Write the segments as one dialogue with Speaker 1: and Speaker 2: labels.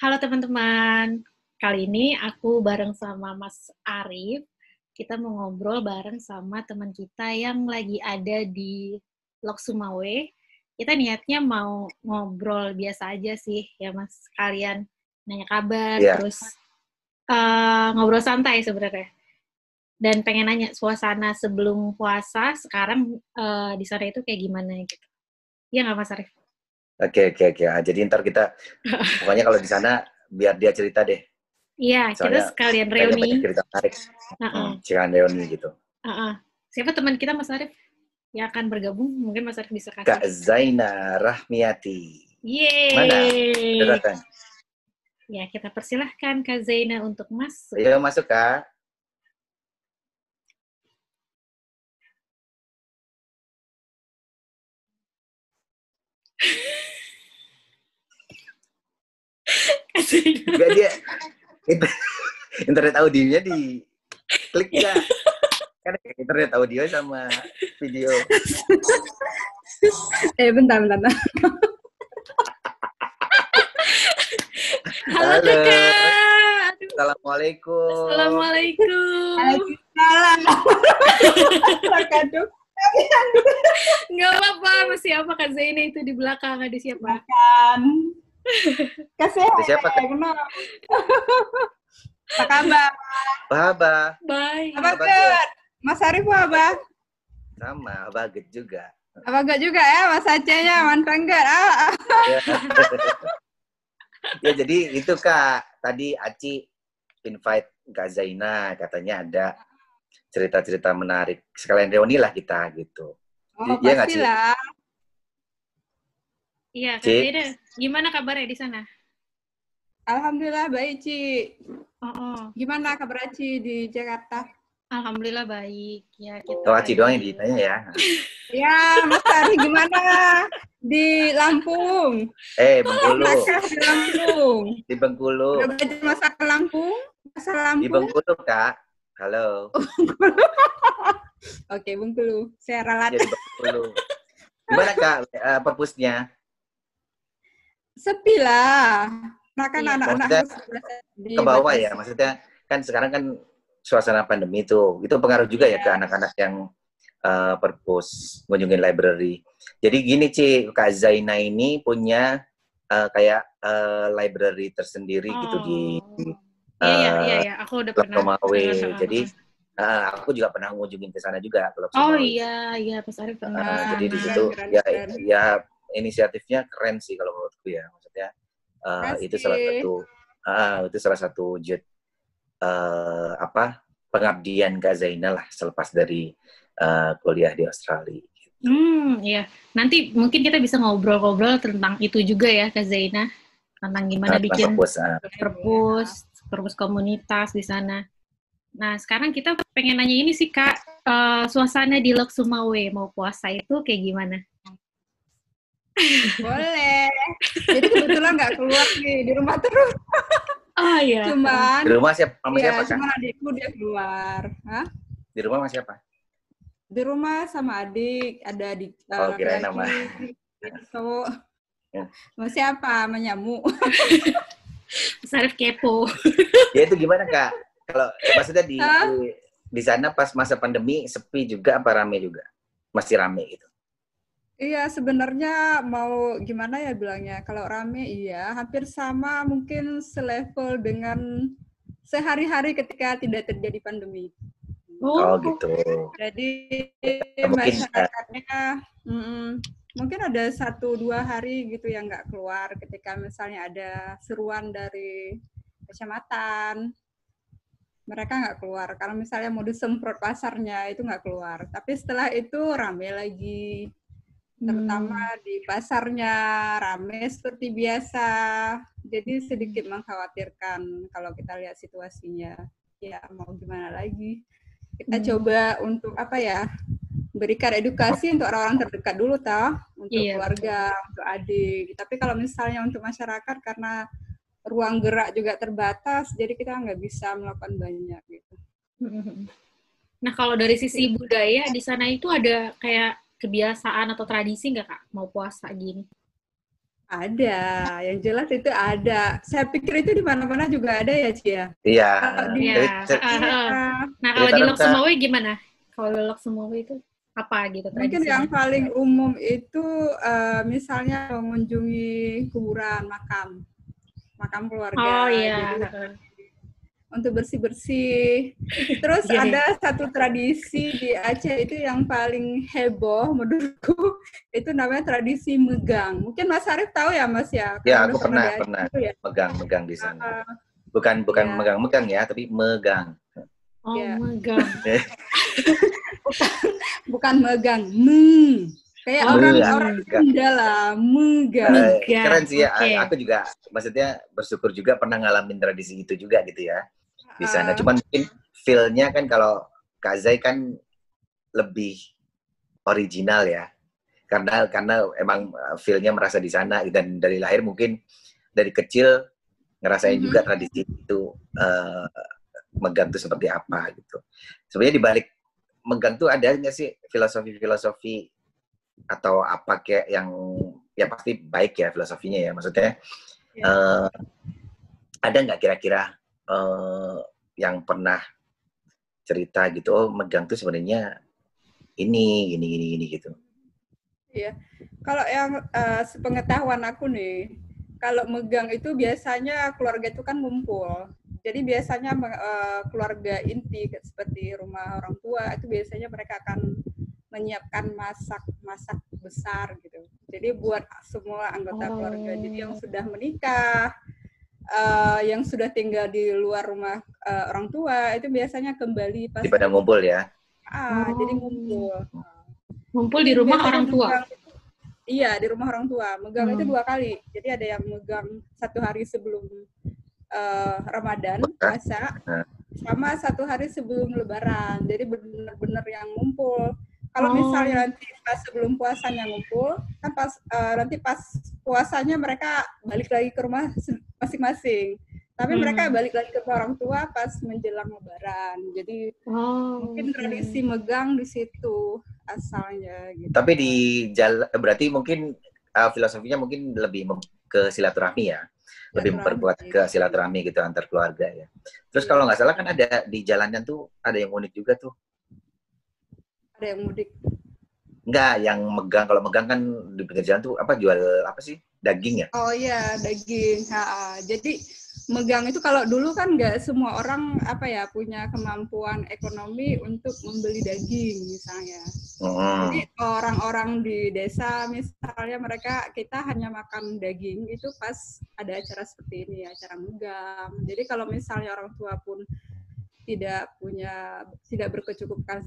Speaker 1: Halo teman-teman, kali ini aku bareng sama Mas Arif. Kita mau ngobrol bareng sama teman kita yang lagi ada di Lok Sumawe. Kita niatnya mau ngobrol biasa aja sih, ya Mas. Kalian nanya kabar, terus ngobrol santai sebenarnya. Dan pengen nanya suasana sebelum puasa sekarang di sana itu kayak gimana gitu. Iya nggak Mas Arif?
Speaker 2: Oke. Jadi ntar kita, pokoknya kalau di sana biar dia cerita deh.
Speaker 1: Iya, kita
Speaker 2: Soalnya
Speaker 1: sekalian
Speaker 2: kayaknya
Speaker 1: reuni.
Speaker 2: banyak cerita menarik. Sekalian reuni gitu.
Speaker 1: Siapa teman kita Mas Arif yang akan bergabung? Mungkin Mas Arif bisa kasih.
Speaker 2: Kak Zaina Rahmiati.
Speaker 1: Yeay.
Speaker 2: Mana? Udah datang.
Speaker 1: Ya, kita persilahkan Kak Zaina untuk masuk.
Speaker 2: Ayo masuk, Kak.
Speaker 1: Kak Zaina.
Speaker 2: Enggak dia. Internet audionya di klik ya. Kan internet audio sama video.
Speaker 1: Bentar. Halo Kakak.
Speaker 2: Assalamualaikum.
Speaker 1: Assalamualaikum.
Speaker 2: Waalaikumsalam.
Speaker 1: Nggak apa-apa, masih apa Kak Zaina itu di belakang, ada siapa?
Speaker 3: Makan. Kasih
Speaker 2: siapa?
Speaker 3: Apa kabar?
Speaker 2: Baba.
Speaker 1: Bye.
Speaker 3: Apa kabar? Mas Arif apa?
Speaker 2: Sama, baget juga.
Speaker 3: Apa enggak juga ya Mas Acehnya, mantap enggak?
Speaker 2: Ya. Ya jadi itu Kak, tadi Aci invite Kak Zaina, katanya ada cerita-cerita menarik. Sekalian reuni lah kita gitu.
Speaker 3: Oh,
Speaker 2: ya,
Speaker 3: pastilah.
Speaker 1: Iya, Kak Zaina, gimana kabarnya di sana?
Speaker 3: Alhamdulillah baik, Ci.
Speaker 1: Oh.
Speaker 3: Gimana kabar Ci di Jakarta?
Speaker 1: Alhamdulillah baik. Ya, kita
Speaker 2: Aci doang yang ditanya ya.
Speaker 3: Ya, Mas Arif gimana di Lampung?
Speaker 2: Bengkulu.
Speaker 3: Di Lampung.
Speaker 2: Di Bengkulu.
Speaker 3: Udah belajar masakan Lampung? Masakan Lampung?
Speaker 2: Di Bengkulu, Kak. Halo.
Speaker 3: Oke, Bengkulu. Saya ralat.
Speaker 2: Jadi Bengkulu. Gimana Kak perpusnya?
Speaker 3: Sepi lah. Nah kan anak-anak
Speaker 2: ke bawah ya, maksudnya kan sekarang kan suasana pandemi itu pengaruh juga ya ke anak-anak yang perpus ngunjungin library. Jadi gini Ci, Kak Zaina ini punya kayak library tersendiri gitu di
Speaker 1: iya, aku udah pernah.
Speaker 2: Jadi aku juga pernah ngunjungin ke sana juga.
Speaker 1: Iya, Mas Arif pernah.
Speaker 2: Jadi di situ ya inisiatifnya keren sih kalau menurutku ya, maksudnya itu salah satu wujud pengabdian Kak Zaina lah selepas dari kuliah di Australia.
Speaker 1: Iya. Nanti mungkin kita bisa ngobrol-ngobrol tentang itu juga ya Kak Zaina, tentang gimana bikin perpus komunitas di sana. Nah, sekarang kita pengen nanya ini sih Kak, suasana di Lok Sumawe mau puasa itu kayak gimana?
Speaker 3: Boleh. Jadi kebetulan nggak keluar nih, di rumah terus.
Speaker 1: Oh iya.
Speaker 3: Cuman
Speaker 2: di rumah siapa Kak?
Speaker 3: Cuma adikku dia keluar. Hah?
Speaker 2: Di rumah sama siapa?
Speaker 3: Di rumah sama adik, ada adik
Speaker 2: kirain nama.
Speaker 3: Cowok. Sama siapa? Sama nyamuk.
Speaker 1: Sarif kepo.
Speaker 2: Ya itu gimana Kak? Kalau maksudnya di sana pas masa pandemi sepi juga apa rame juga? Masih rame gitu?
Speaker 3: Iya, sebenarnya mau gimana ya bilangnya, kalau rame iya, hampir sama mungkin selevel dengan sehari-hari ketika tidak terjadi pandemi.
Speaker 2: Oh gitu.
Speaker 3: Jadi masyarakatnya mungkin ada 1-2 hari gitu yang nggak keluar ketika misalnya ada seruan dari kecamatan. Mereka nggak keluar. Kalau misalnya mau disemprot pasarnya itu nggak keluar. Tapi setelah itu rame lagi. Terutama di pasarnya rame seperti biasa. Jadi sedikit mengkhawatirkan kalau kita lihat situasinya. Ya mau gimana lagi. Kita coba untuk berikan edukasi untuk orang-orang terdekat dulu untuk keluarga, untuk adik. Tapi kalau misalnya untuk masyarakat karena ruang gerak juga terbatas, jadi kita nggak bisa melakukan banyak gitu.
Speaker 1: Nah kalau dari sisi budaya di sana itu ada kayak kebiasaan atau tradisi nggak Kak mau puasa gini?
Speaker 3: Ada, yang jelas itu ada. Saya pikir itu di mana-mana juga ada ya, Cia.
Speaker 2: Iya.
Speaker 3: Kalau di
Speaker 1: Iya. Nah, kalau
Speaker 2: cerita
Speaker 1: di
Speaker 2: dong,
Speaker 1: Lok Sumawe gimana? Kalau di Lok Sumawe itu apa gitu
Speaker 3: mungkin yang
Speaker 1: tradisinya?
Speaker 3: paling umum itu misalnya mengunjungi kuburan, makam
Speaker 1: Oh
Speaker 3: keluarga.
Speaker 1: iya.
Speaker 3: Jadi untuk bersih-bersih. Terus
Speaker 1: Iya, iya.
Speaker 3: ada satu tradisi di Aceh itu yang paling heboh menurutku, itu namanya tradisi megang. Mungkin Mas Arif tahu ya, Mas ya,
Speaker 2: Ya,
Speaker 3: karena udah
Speaker 2: aku
Speaker 3: pernah di
Speaker 2: pernah
Speaker 3: Aceh itu ya.
Speaker 2: megang di sana.
Speaker 3: Uh,
Speaker 2: Bukan
Speaker 3: ya,
Speaker 2: megang-megang ya, tapi megang.
Speaker 1: Oh,
Speaker 3: ya.
Speaker 1: megang.
Speaker 3: Bukan megang, kayak
Speaker 1: Oh,
Speaker 3: orang Sunda lah, megang.
Speaker 2: Keren sih ya.
Speaker 1: Oke.
Speaker 2: Aku juga, maksudnya bersyukur juga pernah ngalamin tradisi itu juga gitu ya di sana.
Speaker 3: Uh,
Speaker 2: Cuman mungkin feel-nya kan kalau Kak Zai kan lebih original ya. Karena emang feel-nya merasa di sana dan dari lahir mungkin dari kecil ngerasain juga tradisi itu megang itu seperti apa gitu. Sebenarnya di balik megang tuh ada nggak sih filosofi atau apa kayak yang ya pasti baik ya filosofinya ya, maksudnya ada nggak kira-kira yang pernah cerita gitu, oh megang tuh sebenarnya ini gitu.
Speaker 3: Iya, kalau yang sepengetahuan aku nih, kalau megang itu biasanya keluarga itu kan ngumpul. Jadi biasanya keluarga inti seperti rumah orang tua itu biasanya mereka akan menyiapkan masak besar gitu. Jadi buat semua anggota keluarga. Jadi yang sudah menikah, yang sudah tinggal di luar rumah orang tua itu biasanya kembali pas
Speaker 2: pada ngumpul ya.
Speaker 3: Jadi ngumpul.
Speaker 1: Ngumpul di rumah orang tua.
Speaker 3: Iya, di rumah orang tua. Megang itu 2 kali. Jadi ada yang megang 1 hari sebelum Ramadan, puasa, sama 1 hari sebelum Lebaran. Jadi benar-benar yang ngumpul. Kalau misalnya nanti pas sebelum puasanya ngumpul, kan nanti pas puasanya mereka balik lagi ke rumah masing-masing. Tapi mereka balik lagi ke orang tua pas menjelang Lebaran. Jadi mungkin tradisi megang di situ asalnya. Gitu.
Speaker 2: Tapi di jalan berarti mungkin filosofinya mungkin lebih ke silaturahmi ya, lebih memperkuat ke silaturahmi gitu antar keluarga ya. Terus kalau nggak salah kan ada di jalannya tuh ada yang unik juga tuh.
Speaker 3: Ada yang mudik.
Speaker 2: Enggak, yang megang. Kalau megang kan di pinggir jalan tuh apa jual apa sih? Daging ya?
Speaker 3: Oh iya, daging. Jadi megang itu kalau dulu kan nggak semua orang punya kemampuan ekonomi untuk membeli daging misalnya. Jadi orang-orang di desa misalnya kita hanya makan daging itu pas ada acara seperti ini, acara megang. Jadi kalau misalnya orang tua pun tidak berkecukupan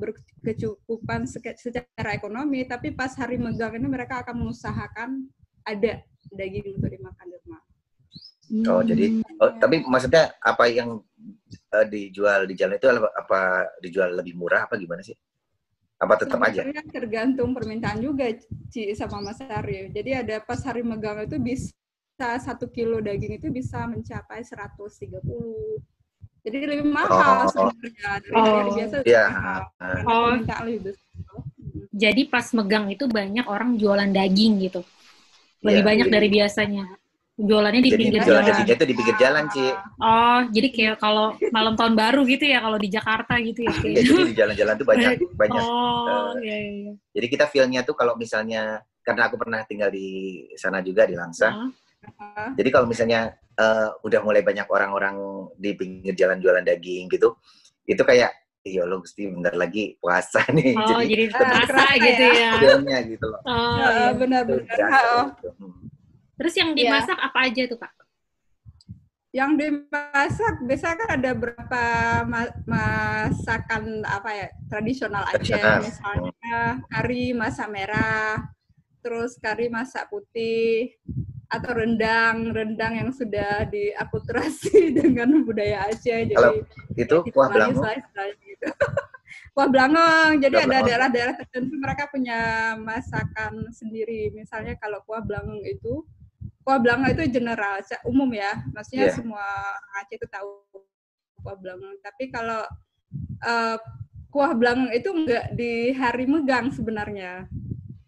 Speaker 3: secara ekonomi, tapi pas hari megang ini mereka akan mengusahakan ada daging untuk dimakan di rumah.
Speaker 2: Oh, jadi tapi maksudnya apa yang dijual di jalan itu apa dijual lebih murah apa gimana sih? Apa tetap aja?
Speaker 3: Tergantung permintaan juga, Ci sama Mas Arif. Jadi ada pas hari megang itu bisa 1 kilo daging itu bisa mencapai 130. Jadi lebih mahal sebenarnya dari hari biasa.
Speaker 2: Iya.
Speaker 3: Permintaan lebih besar.
Speaker 1: Jadi pas megang itu banyak orang jualan daging gitu. Lebih banyak dari biasanya. Jualannya di pinggir jalan.
Speaker 2: Jualan dagingnya itu di pinggir jalan, Ci.
Speaker 1: Oh, jadi kayak kalau malam tahun baru gitu ya, kalau di Jakarta gitu ya.
Speaker 2: Iya, jadi di jalan-jalan tuh banyak.
Speaker 1: Iya.
Speaker 2: Jadi kita feel-nya tuh kalau misalnya, karena aku pernah tinggal di sana juga, di Langsa. Jadi kalau misalnya udah mulai banyak orang-orang di pinggir jalan jualan daging gitu, itu kayak, iya lo mesti bentar lagi puasa nih.
Speaker 1: Jadi terasa gitu ya.
Speaker 2: Feel-nya gitu loh.
Speaker 3: Benar-benar.
Speaker 1: Terus yang dimasak apa aja tuh, Kak?
Speaker 3: Yang dimasak biasanya kan ada beberapa masakan tradisional aja, misalnya kari masak merah, terus kari masak putih, atau rendang yang sudah diakulturasi dengan budaya Aceh.
Speaker 2: Kalau itu kuah belangong.
Speaker 3: Kuah belangong, jadi ada daerah-daerah tertentu mereka punya masakan sendiri. Misalnya kalau kuah belangong itu general, umum ya, maksudnya semua Aceh itu tahu kuah belangong. Tapi kalau kuah belangong itu enggak di hari megang sebenarnya.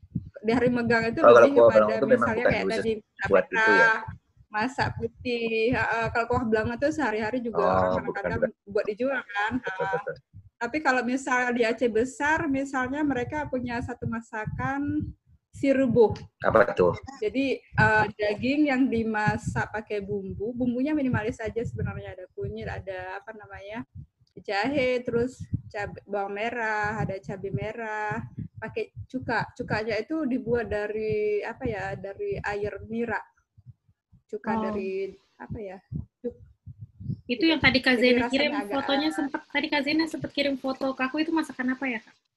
Speaker 3: di hari megang itu
Speaker 2: kalau
Speaker 3: lebih
Speaker 2: kuah
Speaker 3: kepada
Speaker 2: belang itu memang
Speaker 3: misalnya
Speaker 2: bukan
Speaker 3: kayak
Speaker 2: khusus
Speaker 3: tadi
Speaker 2: buat itu ya.
Speaker 3: merah, masak putih. Kalau kuah belang itu sehari-hari juga orang
Speaker 2: Oh,
Speaker 3: kadang-kadang
Speaker 2: bukan.
Speaker 3: buat dijual kan.
Speaker 2: Betul.
Speaker 3: Tapi kalau misalnya di Aceh besar, misalnya mereka punya satu masakan sirbuh.
Speaker 2: Apa tuh?
Speaker 3: Jadi daging yang dimasak pakai bumbu, bumbunya minimalis aja sebenarnya, ada kunyit, ada apa namanya, jahe, terus bawang merah, ada cabai merah, pakai cuka. Cukanya itu dibuat dari apa ya? Dari air nira. Cuka dari apa ya?
Speaker 1: Itu yang tadi Kak
Speaker 3: Jadi
Speaker 1: Zena kirim
Speaker 3: rasanya
Speaker 1: fotonya, tadi Kak Zena sempat kirim foto ke aku, itu masakan apa ya, Kak?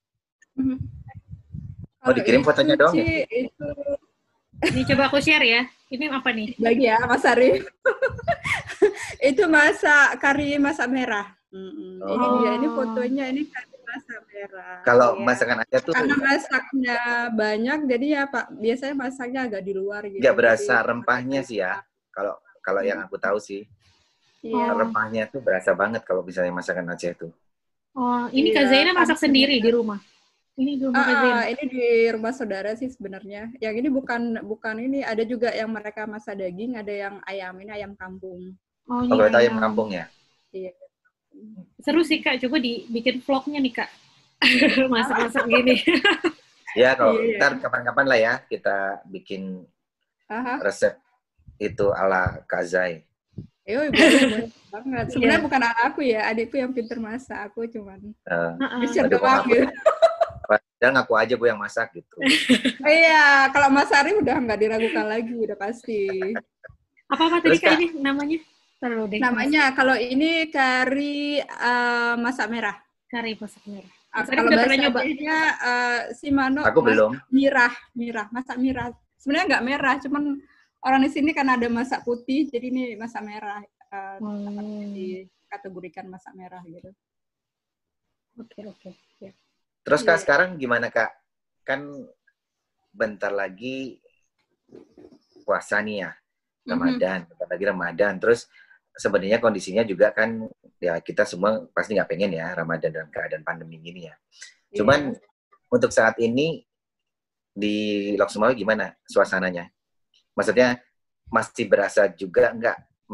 Speaker 2: Oh, dikirim fotonya doang ya?
Speaker 3: Itu
Speaker 1: Ini coba aku share ya. Ini apa nih?
Speaker 3: bagi ya Mas Arif. Itu kari masak merah. Ini dia, ini fotonya, ini kari masak merah.
Speaker 2: Kalau masakan Aceh tuh
Speaker 3: karena masaknya banyak, jadi ya Pak, biasanya masaknya agak di luar gitu.
Speaker 2: nggak berasa rempahnya sih ya. Kalau yang aku tahu sih, rempahnya tuh berasa banget kalau misalnya masakan Aceh tuh.
Speaker 1: Oh, ini Kak Zaina masak sendiri di rumah? Ini di rumah Kak Zaina?
Speaker 3: Ini di rumah saudara sih sebenarnya. Yang ini bukan ini, ada juga yang mereka masak daging, ada yang ayam, ini ayam kampung.
Speaker 2: Oh, berarti ayam kampung ya?
Speaker 3: Iya.
Speaker 1: Seru sih Kak, coba dibikin vlognya nih Kak. Masak-masak gini.
Speaker 2: Ya, kalau ntar kapan-kapan lah ya kita bikin resep itu ala Kak Zai.
Speaker 3: Boleh banget. Sebenarnya bukan aku ya, adikku yang pinter masak, aku cuman bisa doang gitu.
Speaker 2: Padahal ngaku aja gue yang masak gitu.
Speaker 3: Iya, kalau Mas Ari udah nggak diragukan lagi, udah pasti.
Speaker 1: Apa tadi Kak ini namanya?
Speaker 3: Namanya kalau ini kari masak merah.
Speaker 1: Kari masak merah.
Speaker 3: Kalau bahasanya Simano,
Speaker 2: aku belum.
Speaker 3: Mirah, masak mirah. Sebenarnya nggak merah, cuman orang di sini kan ada masak putih, jadi ini masak merah. Dikategorikan masak merah gitu.
Speaker 1: Oke. Ya.
Speaker 2: Terus Kak, sekarang gimana Kak? Kan bentar lagi puasa nih ya, Ramadan. Bentar lagi Ramadan. Terus sebenarnya kondisinya juga kan, ya kita semua pasti nggak pengen ya Ramadan dalam keadaan pandemi gini ya. Cuman untuk saat ini di Lok Sumawe gimana suasananya? Maksudnya masih berasa juga nggak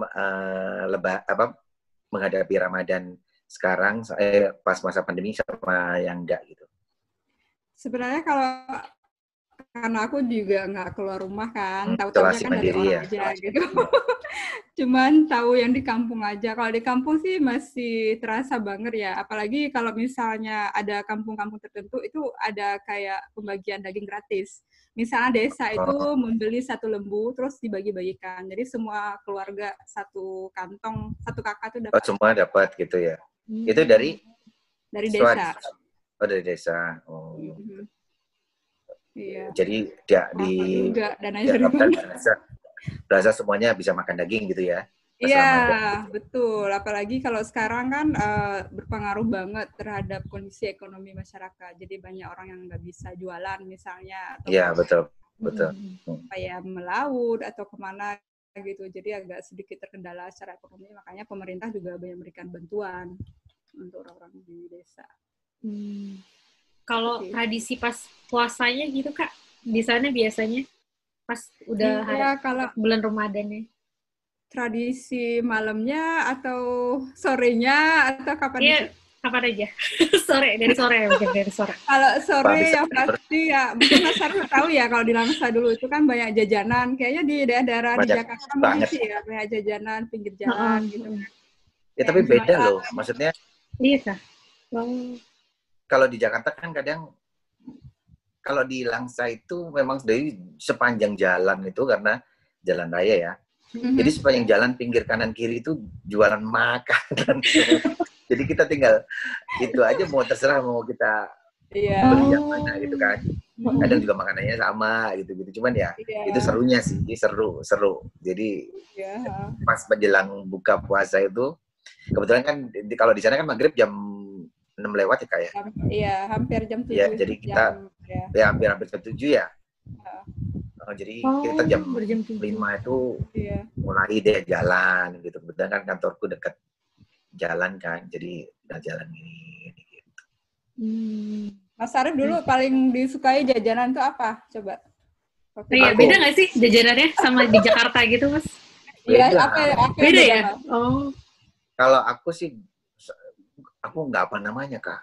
Speaker 2: menghadapi Ramadan sekarang pas masa pandemi sama yang enggak gitu?
Speaker 3: Sebenarnya karena aku juga nggak keluar rumah kan, tahu-tahunya kan dari orang aja gitu. Cuman tahu yang di kampung aja. Kalau di kampung sih masih terasa banget ya. Apalagi kalau misalnya ada kampung-kampung tertentu itu ada kayak pembagian daging gratis. Misalnya desa itu membeli 1 lembu terus dibagi-bagikan. Jadi semua keluarga satu kantong, satu kakak tuh dapat.
Speaker 2: Semua dapat gitu ya. Itu dari
Speaker 3: desa.
Speaker 2: Oh, dari desa. Oh.
Speaker 3: Iya.
Speaker 2: Jadi berasa semuanya bisa makan daging gitu ya?
Speaker 3: Iya, betul. Apalagi kalau sekarang kan berpengaruh banget terhadap kondisi ekonomi masyarakat. Jadi banyak orang yang nggak bisa jualan misalnya.
Speaker 2: Iya, betul.
Speaker 3: Kayak melaut atau kemana gitu. Jadi agak sedikit terkendala secara ekonomi. Makanya pemerintah juga banyak memberikan bantuan untuk orang-orang di desa.
Speaker 1: Kalau tradisi pas puasanya gitu Kak, di sana biasanya pas udah kalau bulan Ramadan ya? Tradisi
Speaker 3: malamnya atau sorenya atau kapan?
Speaker 1: Iya, kapan aja. Dari sore mungkin dari sore.
Speaker 3: Kalau sore yang pasti ya, mungkin Mas Arif tahu ya kalau di Langsa dulu itu kan banyak jajanan. Kayaknya di daerah di Jakarta mungkin sih ya, banyak jajanan pinggir jalan gitu.
Speaker 2: Ya tapi beda loh, maksudnya.
Speaker 1: Iya Kak.
Speaker 2: Kalau di Jakarta kan kadang, kalau di Langsa itu memang dari sepanjang jalan itu karena jalan raya ya. Jadi sepanjang jalan pinggir kanan kiri itu jualan makanan. Jadi kita tinggal itu aja, mau terserah mau kita beli yang mana gitu kan. Kadang juga makanannya sama gitu-gitu. Cuman ya itu serunya sih, seru. Jadi pas menjelang buka puasa itu, kebetulan kan kalau di sana kan maghrib jam 6 lewat ya Kak ya?
Speaker 3: Iya, hampir jam 7.
Speaker 2: Ya, jadi kita hampir jam 7 ya. Jadi kita jam 5 itu mulai deh jalan gitu. Kebetulan kan kantorku dekat jalan kan, jadi udah jalan gini gitu.
Speaker 3: Mas Arif dulu paling disukai jajanan tuh apa? Coba.
Speaker 1: Iya, beda nggak sih jajanannya sama di Jakarta gitu, Mas?
Speaker 3: Iya,
Speaker 2: Beda.
Speaker 3: apa
Speaker 1: Beda ya?
Speaker 3: Mas?
Speaker 1: Oh.
Speaker 2: Kalau aku sih, aku nggak apa namanya, Kak.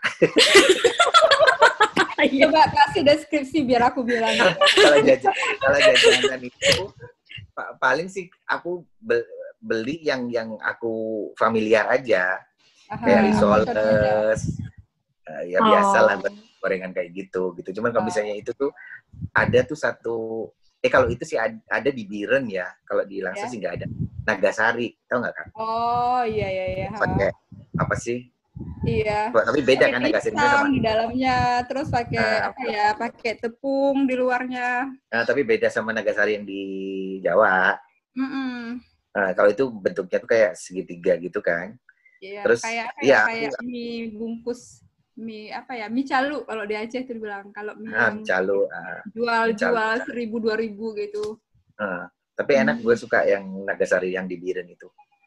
Speaker 3: Coba kasih deskripsi biar aku bilang.
Speaker 2: Kalau jajanan itu paling sih aku beli yang aku familiar aja. Kayak risoles, ya biasa lah gorengan kayak gitu. Cuman kalau misalnya itu tuh ada tuh satu, kalau itu sih ada di Biren ya. Kalau di Langsa sih nggak ada. Nagasari, tau nggak, Kak?
Speaker 3: Oh iya.
Speaker 2: Pakai apa sih?
Speaker 3: Iya.
Speaker 2: Tapi beda kan Nagasari sama
Speaker 3: di dalamnya, terus pakai pakai tepung di luarnya.
Speaker 2: Tapi beda sama Nagasari yang di Jawa. Kalau itu bentuknya tuh kayak segitiga gitu kan.
Speaker 3: Iya,
Speaker 2: terus
Speaker 3: kayak mie bungkus mie calu kalau di Aceh itu dibilang. Kalau mie
Speaker 2: calu
Speaker 3: jual 1.000-2.000 gitu.
Speaker 2: Tapi enak, gue suka yang Nagasari yang di Biren itu.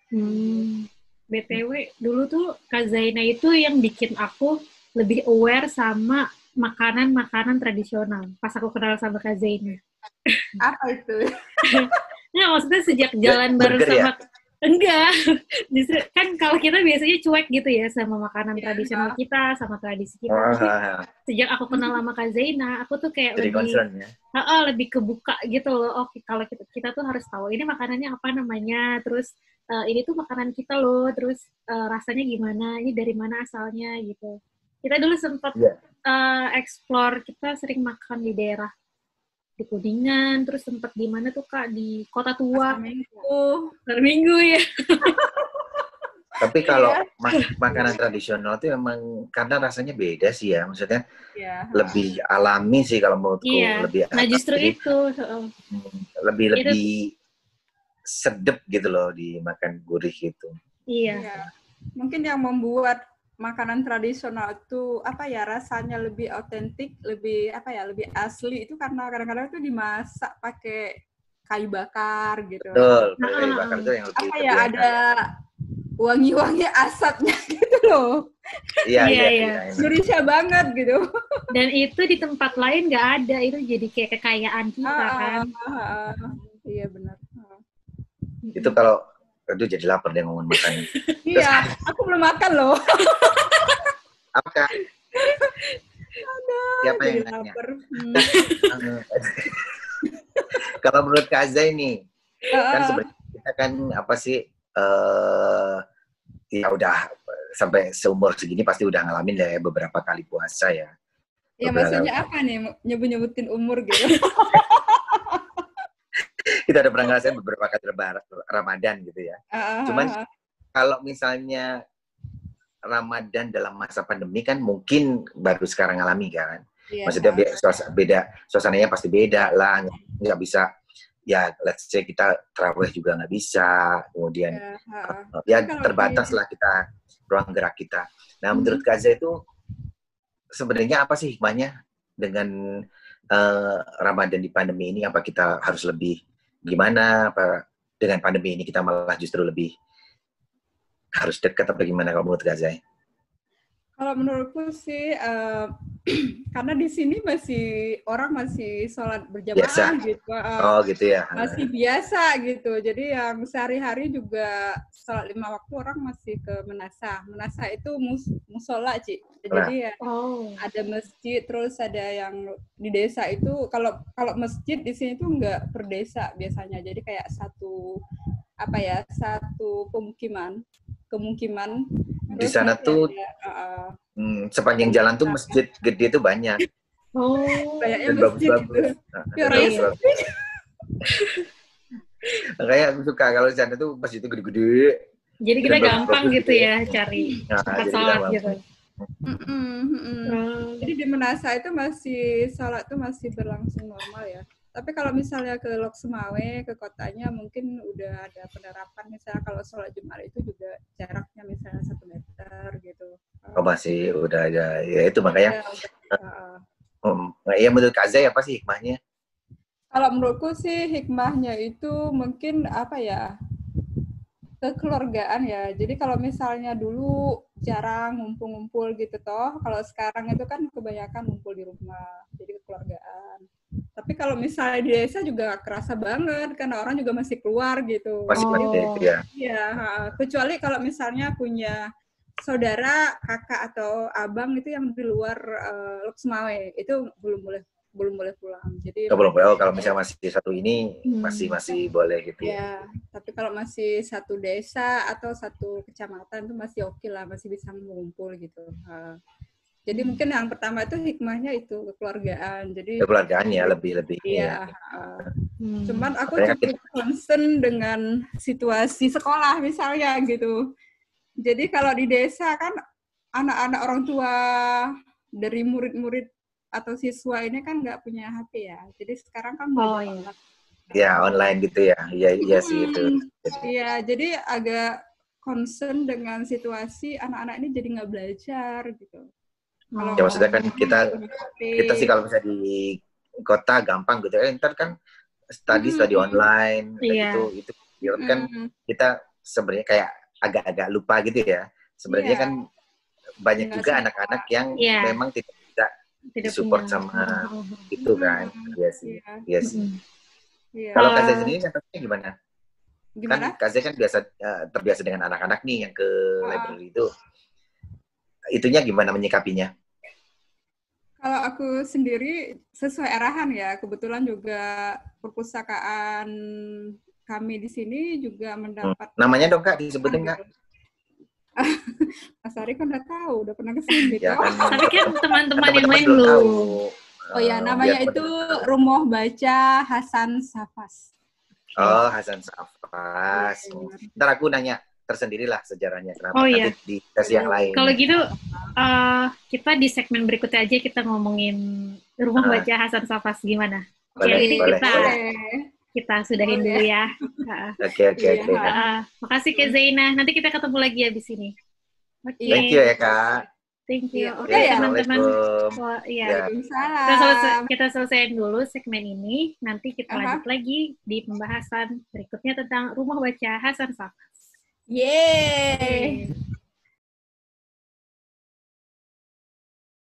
Speaker 1: BTW, dulu tuh Kak Zaina itu yang bikin aku lebih aware sama makanan-makanan tradisional. Pas aku kenal sama Kak Zaina.
Speaker 3: Apa itu?
Speaker 1: Nah, maksudnya sejak jalan bareng sama... Ya? Enggak. Justru kan kalau kita biasanya cuek gitu ya sama makanan tradisional kita, sama tradisi kita. Sejak aku kenal sama Kak Zaina, aku tuh kayak
Speaker 2: jadi
Speaker 1: lebih kebuka gitu loh. Oh, kalau kita tuh harus tahu ini makanannya apa namanya, terus ini tuh makanan kita loh, terus rasanya gimana, ini dari mana asalnya gitu. Kita dulu sempat explore, kita sering makan di daerah di Kuningan, terus sempat di mana tuh Kak, di Kota Tua. Pasar Minggu ya.
Speaker 2: Tapi kalau makanan tradisional itu emang karena rasanya beda sih ya, maksudnya lebih alami sih kalau menurutku. Lebih
Speaker 1: nah justru itu
Speaker 2: lebih sedep gitu loh dimakan gurih gitu.
Speaker 1: Iya.
Speaker 3: Mungkin yang membuat makanan tradisional itu rasanya lebih otentik, lebih asli itu karena kadang-kadang itu dimasak pakai kayu bakar gitu.
Speaker 2: Betul, kayu bakar itu yang lebih
Speaker 3: ada wangi-wangi asapnya gitu loh.
Speaker 2: Iya.
Speaker 3: Indonesia banget gitu.
Speaker 1: Dan itu di tempat lain nggak ada, itu jadi kayak kekayaan kita kan.
Speaker 3: Iya benar.
Speaker 2: Itu kalau aduh jadi lapar deh ngomongin makanan.
Speaker 3: Iya, aku belum makan loh.
Speaker 2: Apa? Siapa yang nanya? Kalau menurut Kak Zai nih, kan sebenarnya kita kan ya udah sampai seumur segini pasti udah ngalamin ya beberapa kali puasa ya.
Speaker 3: Ya maksudnya apa nih? Nyebut-nyebutin umur gitu.
Speaker 2: Kita udah pernah ngerasain beberapa kali Ramadan gitu ya. Cuman kalau misalnya Ramadan dalam masa pandemi kan mungkin baru sekarang ngalami kan. Maksudnya suasananya pasti beda lah. Nggak bisa, ya let's say kita tarawih juga nggak bisa. Kemudian terbatas lah kita, ruang gerak kita. Nah menurut Kak Zai itu sebenarnya apa sih hikmahnya dengan Ramadan di pandemi ini? Apa kita harus lebih gimana? Apa dengan pandemi ini kita malah justru lebih harus dekat apa gimana kalau menurut Kak Zai?
Speaker 3: Kalau menurutku sih, karena di sini orang masih sholat berjamaah
Speaker 2: biasa.
Speaker 3: Gitu.
Speaker 2: Oh gitu ya.
Speaker 3: Masih biasa gitu. Jadi yang sehari-hari juga sholat 5 waktu orang masih ke menasah. Menasah itu musola, Ci. Jadi ada masjid, terus ada yang di desa itu. Kalau masjid di sini tuh nggak per desa biasanya. Jadi kayak satu pemukiman.
Speaker 2: Di sana tuh sepanjang jalan tuh masjid gede tuh banyak.
Speaker 3: Kayaknya masjid
Speaker 2: bagus-bagus. Makanya aku suka kalau di sana tuh masjid itu gede-gede.
Speaker 1: Jadi kita gampang gitu ya cari tempat sholat gitu.
Speaker 3: Jadi di Menasa itu sholat tuh masih berlangsung normal ya. Tapi kalau misalnya ke Lok Sumawe, ke kotanya mungkin udah ada penerapan, misalnya kalau sholat Jumat itu juga jaraknya misalnya 1 meter gitu.
Speaker 2: Masih udah ada, ya itu makanya. Ya menurut Kak Zai apa sih hikmahnya?
Speaker 3: Kalau menurutku sih hikmahnya itu mungkin kekeluargaan ya. Jadi kalau misalnya dulu jarang ngumpul-ngumpul gitu toh. Kalau sekarang itu kan kebanyakan ngumpul di rumah, jadi kekeluargaan. Tapi kalau misalnya di desa juga kerasa banget, karena orang juga masih keluar gitu.
Speaker 2: Masih banyak itu ya.
Speaker 3: Iya, kecuali kalau misalnya punya saudara, kakak atau abang itu yang di luar Loksmawe, itu belum boleh pulang. Jadi
Speaker 2: Belum boleh. Oh, kalau misalnya masih satu ini masih boleh gitu ya.
Speaker 3: ya, tapi kalau masih satu desa atau satu kecamatan itu masih oke lah, masih bisa ngumpul gitu. Jadi mungkin yang pertama itu hikmahnya itu kekeluargaan. Jadi
Speaker 2: Kekeluargaan ya lebih.
Speaker 3: iya. Cuman aku
Speaker 2: Makanya
Speaker 3: cukup concern dengan situasi sekolah misalnya gitu. Jadi kalau di desa kan anak-anak orang tua dari murid-murid atau siswa ini kan nggak punya HP ya. Jadi sekarang kan
Speaker 1: iya.
Speaker 2: Ya, online gitu ya. Iya sih itu.
Speaker 3: Iya, jadi agak concern dengan situasi anak-anak ini jadi nggak belajar gitu.
Speaker 2: Ya maksudnya kan kita sih kalau misalnya di kota gampang gitu. Ntar kan study online itu kan kita sebenarnya kayak agak-agak lupa gitu ya. Sebenarnya kan banyak juga anak-anak yang memang tidak bisa disupport sama itu kan. Iya sih. Kalau Kak Zai sendiri contohnya gimana? Kan Kak Zai kan terbiasa dengan anak-anak nih yang ke library itu. Itunya gimana menyikapinya?
Speaker 3: Kalau aku sendiri sesuai arahan ya, kebetulan juga perpustakaan kami di sini juga mendapat.
Speaker 2: Namanya dong Kak, disebutin Kak.
Speaker 3: Mas Ari kan udah tahu, udah pernah kesini gitu.
Speaker 2: Ya, kan,
Speaker 1: tapi kan teman-teman yang lain belum.
Speaker 3: Oh ya, namanya itu Rumah Baca Hasan Safas.
Speaker 2: Oh, Hasan Safas. Ntar aku nanya tersendirilah sejarahnya kenapa nanti di sesi yang lain.
Speaker 1: Kalau gitu kita di segmen berikutnya aja kita ngomongin Rumah Baca Hasan Safas gimana?
Speaker 2: Boleh.
Speaker 1: Kita sudahin dulu ya.
Speaker 2: Oke.
Speaker 1: Makasih Kak Zaina. Nanti kita ketemu lagi abis ini.
Speaker 2: Okay. Thank you ya Kak.
Speaker 1: Thank you.
Speaker 3: Oke ya
Speaker 1: teman-teman. Kita selesaiin dulu segmen ini. Nanti kita lanjut lagi di pembahasan berikutnya tentang Rumah Baca Hasan Safas.
Speaker 3: Yeay.